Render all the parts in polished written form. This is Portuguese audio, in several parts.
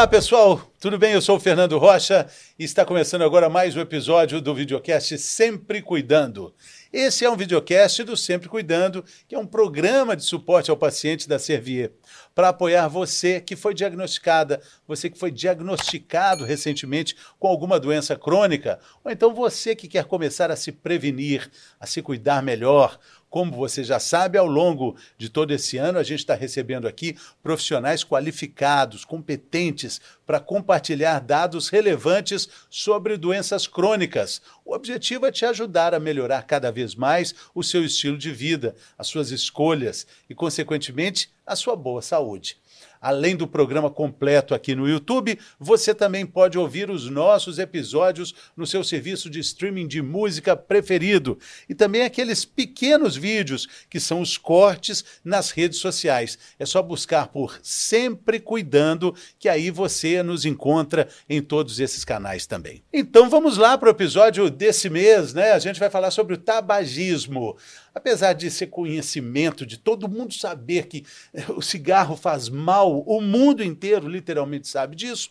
Olá pessoal, tudo bem? Eu sou o Fernando Rocha e está começando agora mais um episódio do videocast Sempre Cuidando. Esse é um videocast do Sempre Cuidando, que é um programa de suporte ao paciente da Servier, para apoiar você que foi diagnosticada, você que foi diagnosticado recentemente com alguma doença crônica, ou então você que quer começar a se prevenir, a se cuidar melhor. Como você já sabe, ao longo de todo esse ano, a gente está recebendo aqui profissionais qualificados, competentes, para compartilhar dados relevantes sobre doenças crônicas. O objetivo é te ajudar a melhorar cada vez mais o seu estilo de vida, as suas escolhas e, consequentemente, a sua boa saúde. Além do programa completo aqui no YouTube, você também pode ouvir os nossos episódios no seu serviço de streaming de música preferido e também aqueles pequenos vídeos que são os cortes nas redes sociais. É só buscar por Sempre Cuidando, que aí você nos encontra em todos esses canais também. Então vamos lá para o episódio desse mês, né? A gente vai falar sobre o tabagismo. Apesar de ser conhecimento, de todo mundo saber que o cigarro faz mal, o mundo inteiro literalmente sabe disso,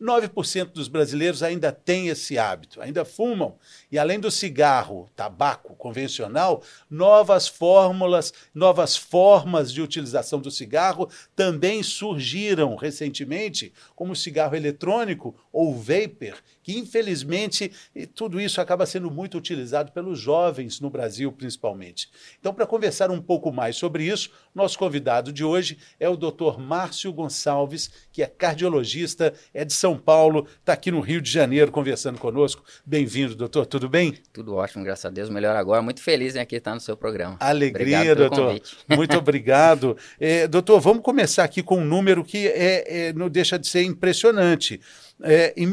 9% dos brasileiros ainda têm esse hábito, ainda fumam. E além do cigarro, tabaco convencional, novas fórmulas, novas formas de utilização do cigarro também surgiram recentemente, como o cigarro eletrônico ou vapor, que infelizmente tudo isso acaba sendo muito utilizado pelos jovens no Brasil principalmente. Então, para conversar um pouco mais sobre isso, nosso convidado de hoje é o Dr. Márcio Gonçalves, que é cardiologista, é de São Paulo, está aqui no Rio de Janeiro conversando conosco. Bem-vindo, doutor, tudo bem? Tudo ótimo, graças a Deus, melhor agora. Muito feliz em aqui estar no seu programa. Alegria, obrigado pelo doutor. Convite. Muito obrigado. Doutor, vamos começar aqui com um número que não deixa de ser impressionante. Em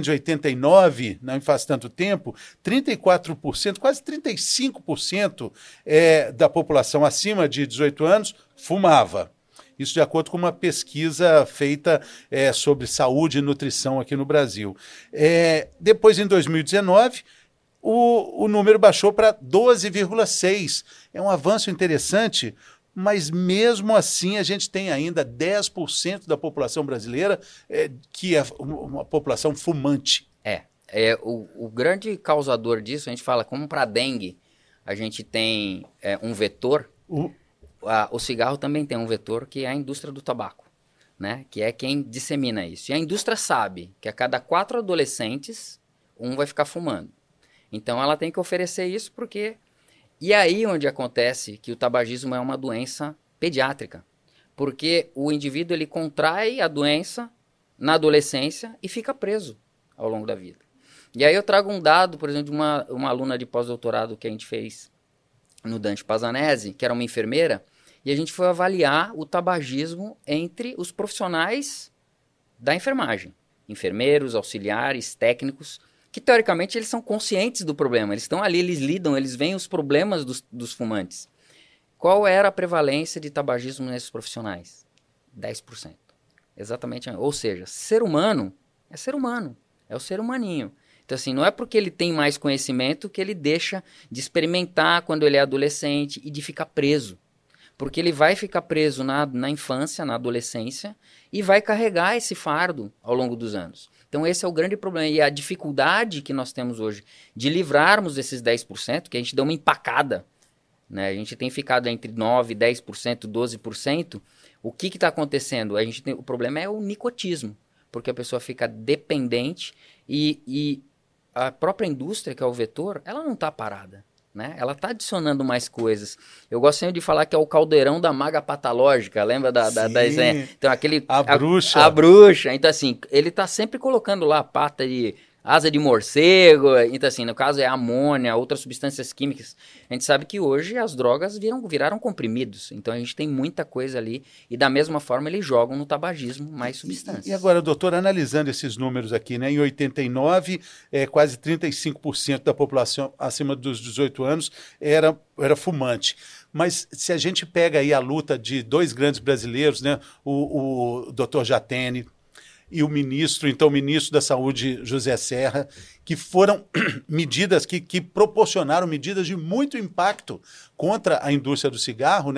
1989, não faz tanto tempo, 34%, quase 35% da população acima de 18 anos fumava. Isso de acordo com uma pesquisa feita sobre saúde e nutrição aqui no Brasil. Depois, em 2019, o número baixou para 12,6%. É um avanço interessante, mas mesmo assim a gente tem ainda 10% da população brasileira que é uma população fumante. O grande causador disso, a gente fala como para a dengue, a gente tem um vetor, o cigarro também tem um vetor que é a indústria do tabaco, né? Que é quem dissemina isso. E a indústria sabe que a cada 4 adolescentes, um vai ficar fumando. Então ela tem que oferecer isso porque... E aí onde acontece que o tabagismo é uma doença pediátrica, porque o indivíduo ele contrai a doença na adolescência e fica preso ao longo da vida. E aí eu trago um dado, por exemplo, de uma aluna de pós-doutorado que a gente fez no Dante Pazanese, que era uma enfermeira, e a gente foi avaliar o tabagismo entre os profissionais da enfermagem, enfermeiros, auxiliares, técnicos, que teoricamente eles são conscientes do problema, eles estão ali, eles lidam, eles veem os problemas dos fumantes. Qual era a prevalência de tabagismo nesses profissionais? 10%. Exatamente. Ou seja, ser humano, é o ser humaninho. Então assim, não é porque ele tem mais conhecimento que ele deixa de experimentar quando ele é adolescente e de ficar preso. Porque ele vai ficar preso na infância, na adolescência, e vai carregar esse fardo ao longo dos anos. Então esse é o grande problema. E a dificuldade que nós temos hoje de livrarmos desses 10%, que a gente deu uma empacada, né? A gente tem ficado entre 9%, 10%, 12%. O que está acontecendo? O problema é o nicotismo, porque a pessoa fica dependente e a própria indústria, que é o vetor, ela não está parada. Né? Ela está adicionando mais coisas. Eu gosto sempre de falar que é o caldeirão da maga patológica, lembra então, bruxa. A bruxa. Então, assim, ele está sempre colocando lá pata de asa de morcego. Então, assim, no caso é amônia, outras substâncias químicas. A gente sabe que hoje as drogas viraram comprimidos. Então, a gente tem muita coisa ali. E da mesma forma, eles jogam no tabagismo mais substâncias. E agora, doutor, analisando esses números aqui, né? Em 89, quase 35% da população acima dos 18 anos era fumante. Mas se a gente pega aí a luta de dois grandes brasileiros, né? O doutor Jatene e o ministro da Saúde, José Serra, que foram medidas que proporcionaram medidas de muito impacto contra a indústria do cigarro, né?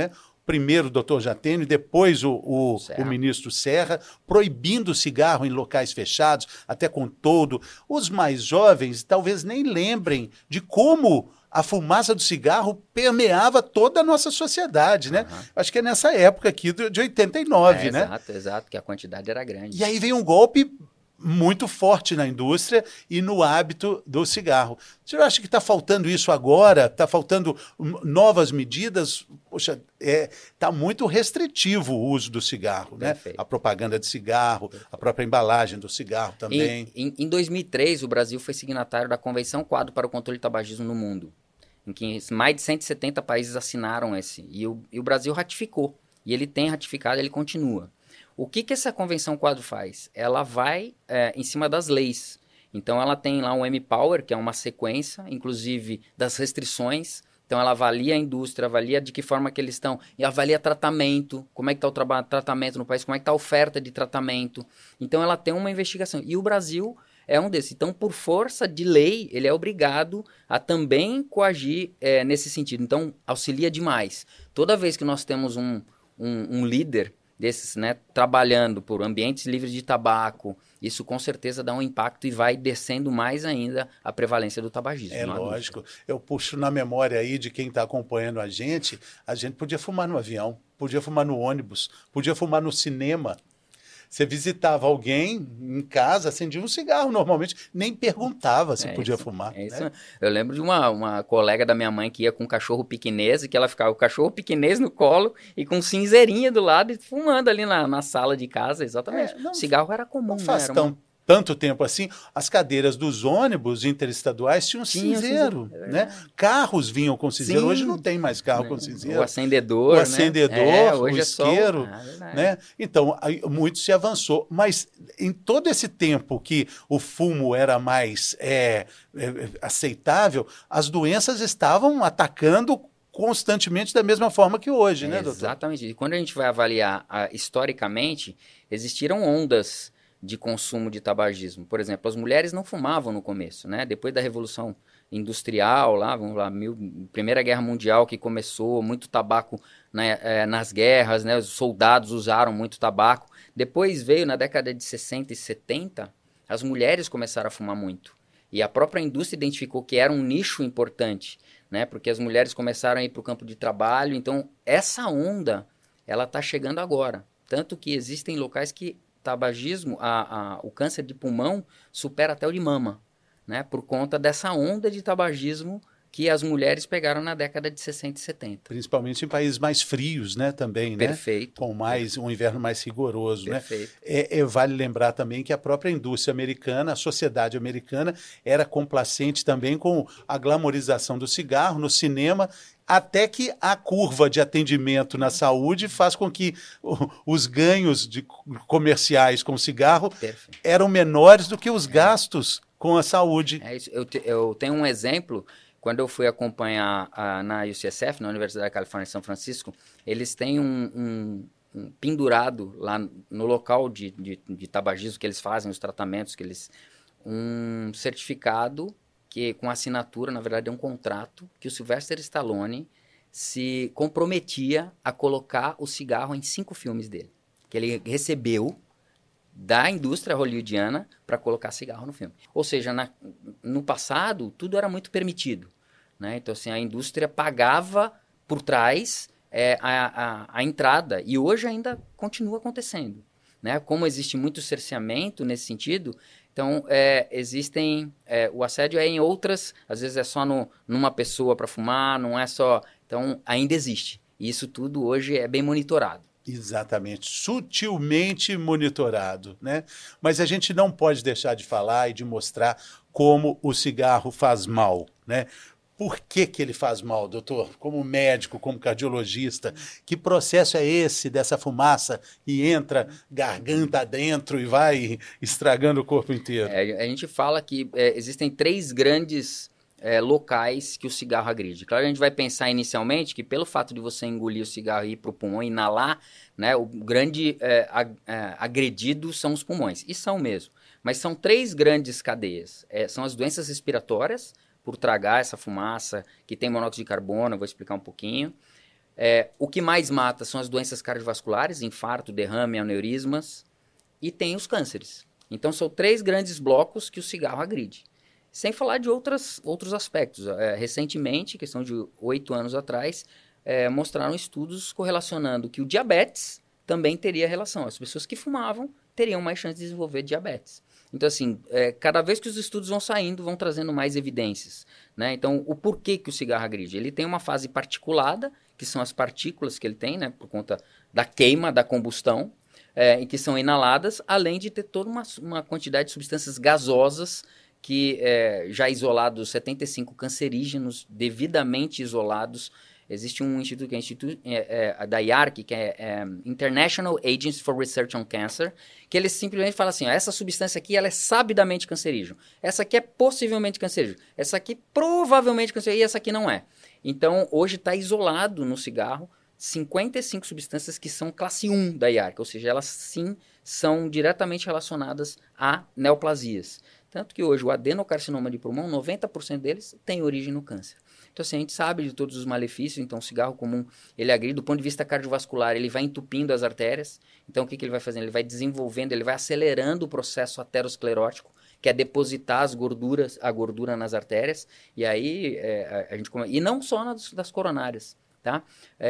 primeiro o doutor Jatene, depois o Serra. ministro Serra, proibindo o cigarro em locais fechados, até com todo. Os mais jovens talvez nem lembrem de como a fumaça do cigarro permeava toda a nossa sociedade, né? Acho que é nessa época aqui de 89, né? Exato, que a quantidade era grande. E aí vem um golpe muito forte na indústria e no hábito do cigarro. Você acha que está faltando isso agora? Está faltando novas medidas? Poxa, está muito restritivo o uso do cigarro, né? A propaganda de cigarro, a própria embalagem do cigarro também. Em 2003, o Brasil foi signatário da Convenção Quadro para o Controle do Tabagismo no Mundo, em que mais de 170 países assinaram esse. E o Brasil ratificou. E ele tem ratificado, ele continua. O que essa Convenção Quadro faz? Ela vai em cima das leis. Então, ela tem lá um M-Power, que é uma sequência, inclusive, das restrições. Então, ela avalia a indústria, avalia de que forma que eles estão, e avalia tratamento, como é que está o tratamento no país, como é que está a oferta de tratamento. Então, ela tem uma investigação. E o Brasil é um desses. Então, por força de lei, ele é obrigado a também coagir nesse sentido. Então, auxilia demais. Toda vez que nós temos um líder desses, né, trabalhando por ambientes livres de tabaco, isso com certeza dá um impacto e vai descendo mais ainda a prevalência do tabagismo. É lógico. Eu puxo na memória aí de quem está acompanhando a gente podia fumar no avião, podia fumar no ônibus, podia fumar no cinema. Você visitava alguém em casa, acendia um cigarro normalmente, nem perguntava se podia fumar. É isso. Né? Eu lembro de uma colega da minha mãe que ia com um cachorro piquinês, e que ela ficava com o cachorro piquinês no colo e com cinzeirinha do lado e fumando ali na sala de casa, exatamente. O cigarro era comum, não faz né? tanto tempo assim, as cadeiras dos ônibus interestaduais tinham cinzeiro, né? Carros vinham com cinzeiro. Sim. Hoje não tem mais carro com cinzeiro. O acendedor, o isqueiro, né? Então, muito se avançou. Mas em todo esse tempo que o fumo era mais aceitável, as doenças estavam atacando constantemente da mesma forma que hoje, né, doutor? Exatamente. E quando a gente vai avaliar historicamente, existiram ondas de consumo de tabagismo. Por exemplo, as mulheres não fumavam no começo, né? Depois da Revolução Industrial, Primeira Guerra Mundial que começou, muito tabaco, né, nas guerras, né? Os soldados usaram muito tabaco. Depois veio, na década de 60 e 70, as mulheres começaram a fumar muito. E a própria indústria identificou que era um nicho importante, né? Porque as mulheres começaram a ir para o campo de trabalho. Então, essa onda, ela está chegando agora. Tanto que existem locais que tabagismo, o câncer de pulmão supera até o de mama, né? Por conta dessa onda de tabagismo que as mulheres pegaram na década de 60 e 70. Principalmente em países mais frios, né? Também, né? Perfeito. Com um inverno mais rigoroso, Perfeito. né? Vale lembrar também que a própria indústria americana, a sociedade americana, era complacente também com a glamorização do cigarro no cinema, até que a curva de atendimento na saúde faz com que os ganhos comerciais com cigarro eram menores do que os gastos com a saúde. É isso. Eu tenho um exemplo. Quando eu fui acompanhar na UCSF, na Universidade da Califórnia em São Francisco, eles têm um pendurado lá no local de tabagismo que eles fazem, os tratamentos que eles... um certificado que, com assinatura, na verdade é um contrato, que o Sylvester Stallone se comprometia a colocar o cigarro em 5 filmes dele. Que ele recebeu da indústria hollywoodiana para colocar cigarro no filme. Ou seja, no passado, tudo era muito permitido, né? Então, assim, a indústria pagava por trás a entrada, e hoje ainda continua acontecendo, né? Como existe muito cerceamento nesse sentido, então, o assédio é em outras, às vezes é só numa pessoa para fumar, não é só... Então, ainda existe. E isso tudo hoje é bem monitorado. Exatamente, sutilmente monitorado, né? Mas a gente não pode deixar de falar e de mostrar como o cigarro faz mal, né? Por que ele faz mal, doutor? Como médico, como cardiologista, que processo é esse dessa fumaça que entra garganta adentro e vai estragando o corpo inteiro? A gente fala que existem 3 grandes locais que o cigarro agride. Claro, a gente vai pensar inicialmente que pelo fato de você engolir o cigarro e ir para o pulmão e inalar, né, o grande agredido são os pulmões. E são mesmo. Mas são 3 grandes cadeias. São as doenças respiratórias, por tragar essa fumaça, que tem monóxido de carbono, eu vou explicar um pouquinho. O que mais mata são as doenças cardiovasculares, infarto, derrame, aneurismas, e tem os cânceres. Então, são 3 grandes blocos que o cigarro agride. Sem falar de outros aspectos. Recentemente, questão de 8 anos atrás, mostraram estudos correlacionando que o diabetes também teria relação. As pessoas que fumavam teriam mais chance de desenvolver diabetes. Então, assim, cada vez que os estudos vão saindo, vão trazendo mais evidências, né? Então, o porquê que o cigarro agride? Ele tem uma fase particulada, que são as partículas que ele tem, né? Por conta da queima, da combustão, e que são inaladas, além de ter toda uma quantidade de substâncias gasosas que, já isolados, 75 cancerígenos, devidamente isolados. Existe um instituto que é o Instituto da IARC, que é International Agency for Research on Cancer, que eles simplesmente falam assim, essa substância aqui ela é sabidamente cancerígena, essa aqui é possivelmente cancerígena, essa aqui provavelmente cancerígena e essa aqui não é. Então, hoje está isolado no cigarro 55 substâncias que são classe 1 da IARC, ou seja, elas sim são diretamente relacionadas a neoplasias. Tanto que hoje o adenocarcinoma de pulmão, 90% deles tem origem no câncer. Então, assim, a gente sabe de todos os malefícios. Então, o cigarro comum, ele agride do ponto de vista cardiovascular, ele vai entupindo as artérias. Então, o que ele vai fazendo? Ele vai desenvolvendo, ele vai acelerando o processo aterosclerótico, que é depositar a gordura nas artérias. E aí, e não só das coronárias, tá?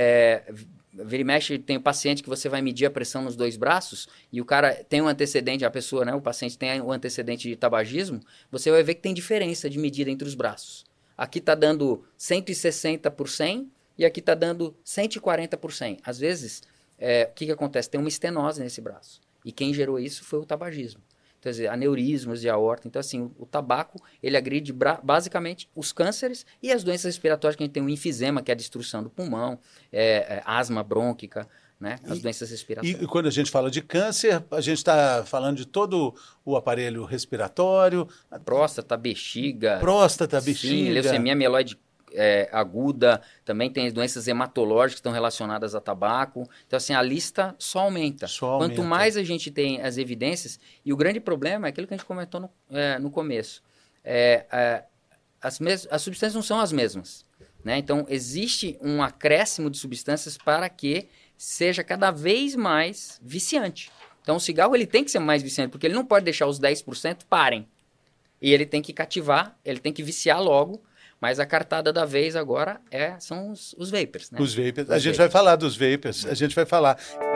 Vira e mexe, tem o paciente que você vai medir a pressão nos 2 braços e o cara tem um antecedente, a pessoa, né, o paciente tem um antecedente de tabagismo, você vai ver que tem diferença de medida entre os braços. Aqui está dando 160 por 100 e aqui está dando 140 por 100. Às vezes, o que acontece? Tem uma estenose nesse braço. E quem gerou isso foi o tabagismo. Então, quer dizer, aneurismos de aorta. Então, assim, o tabaco, ele agride basicamente os cânceres e as doenças respiratórias, que a gente tem o enfisema, que é a destruição do pulmão, asma brônquica, né? As doenças respiratórias. E quando a gente fala de câncer, a gente está falando de todo o aparelho respiratório. Próstata, bexiga. Bexiga. Sim, leucemia mieloide aguda, também tem doenças hematológicas que estão relacionadas a tabaco. Então, assim, a lista só aumenta. Quanto mais a gente tem as evidências, e o grande problema é aquilo que a gente comentou no começo. As substâncias não são as mesmas, né? Então, existe um acréscimo de substâncias para que seja cada vez mais viciante. Então, o cigarro ele tem que ser mais viciante, porque ele não pode deixar os 10% parem. E ele tem que cativar, ele tem que viciar logo. Mas a cartada da vez agora são os vapers, né? Os vapers. A gente vai falar dos vapers, a gente vai falar.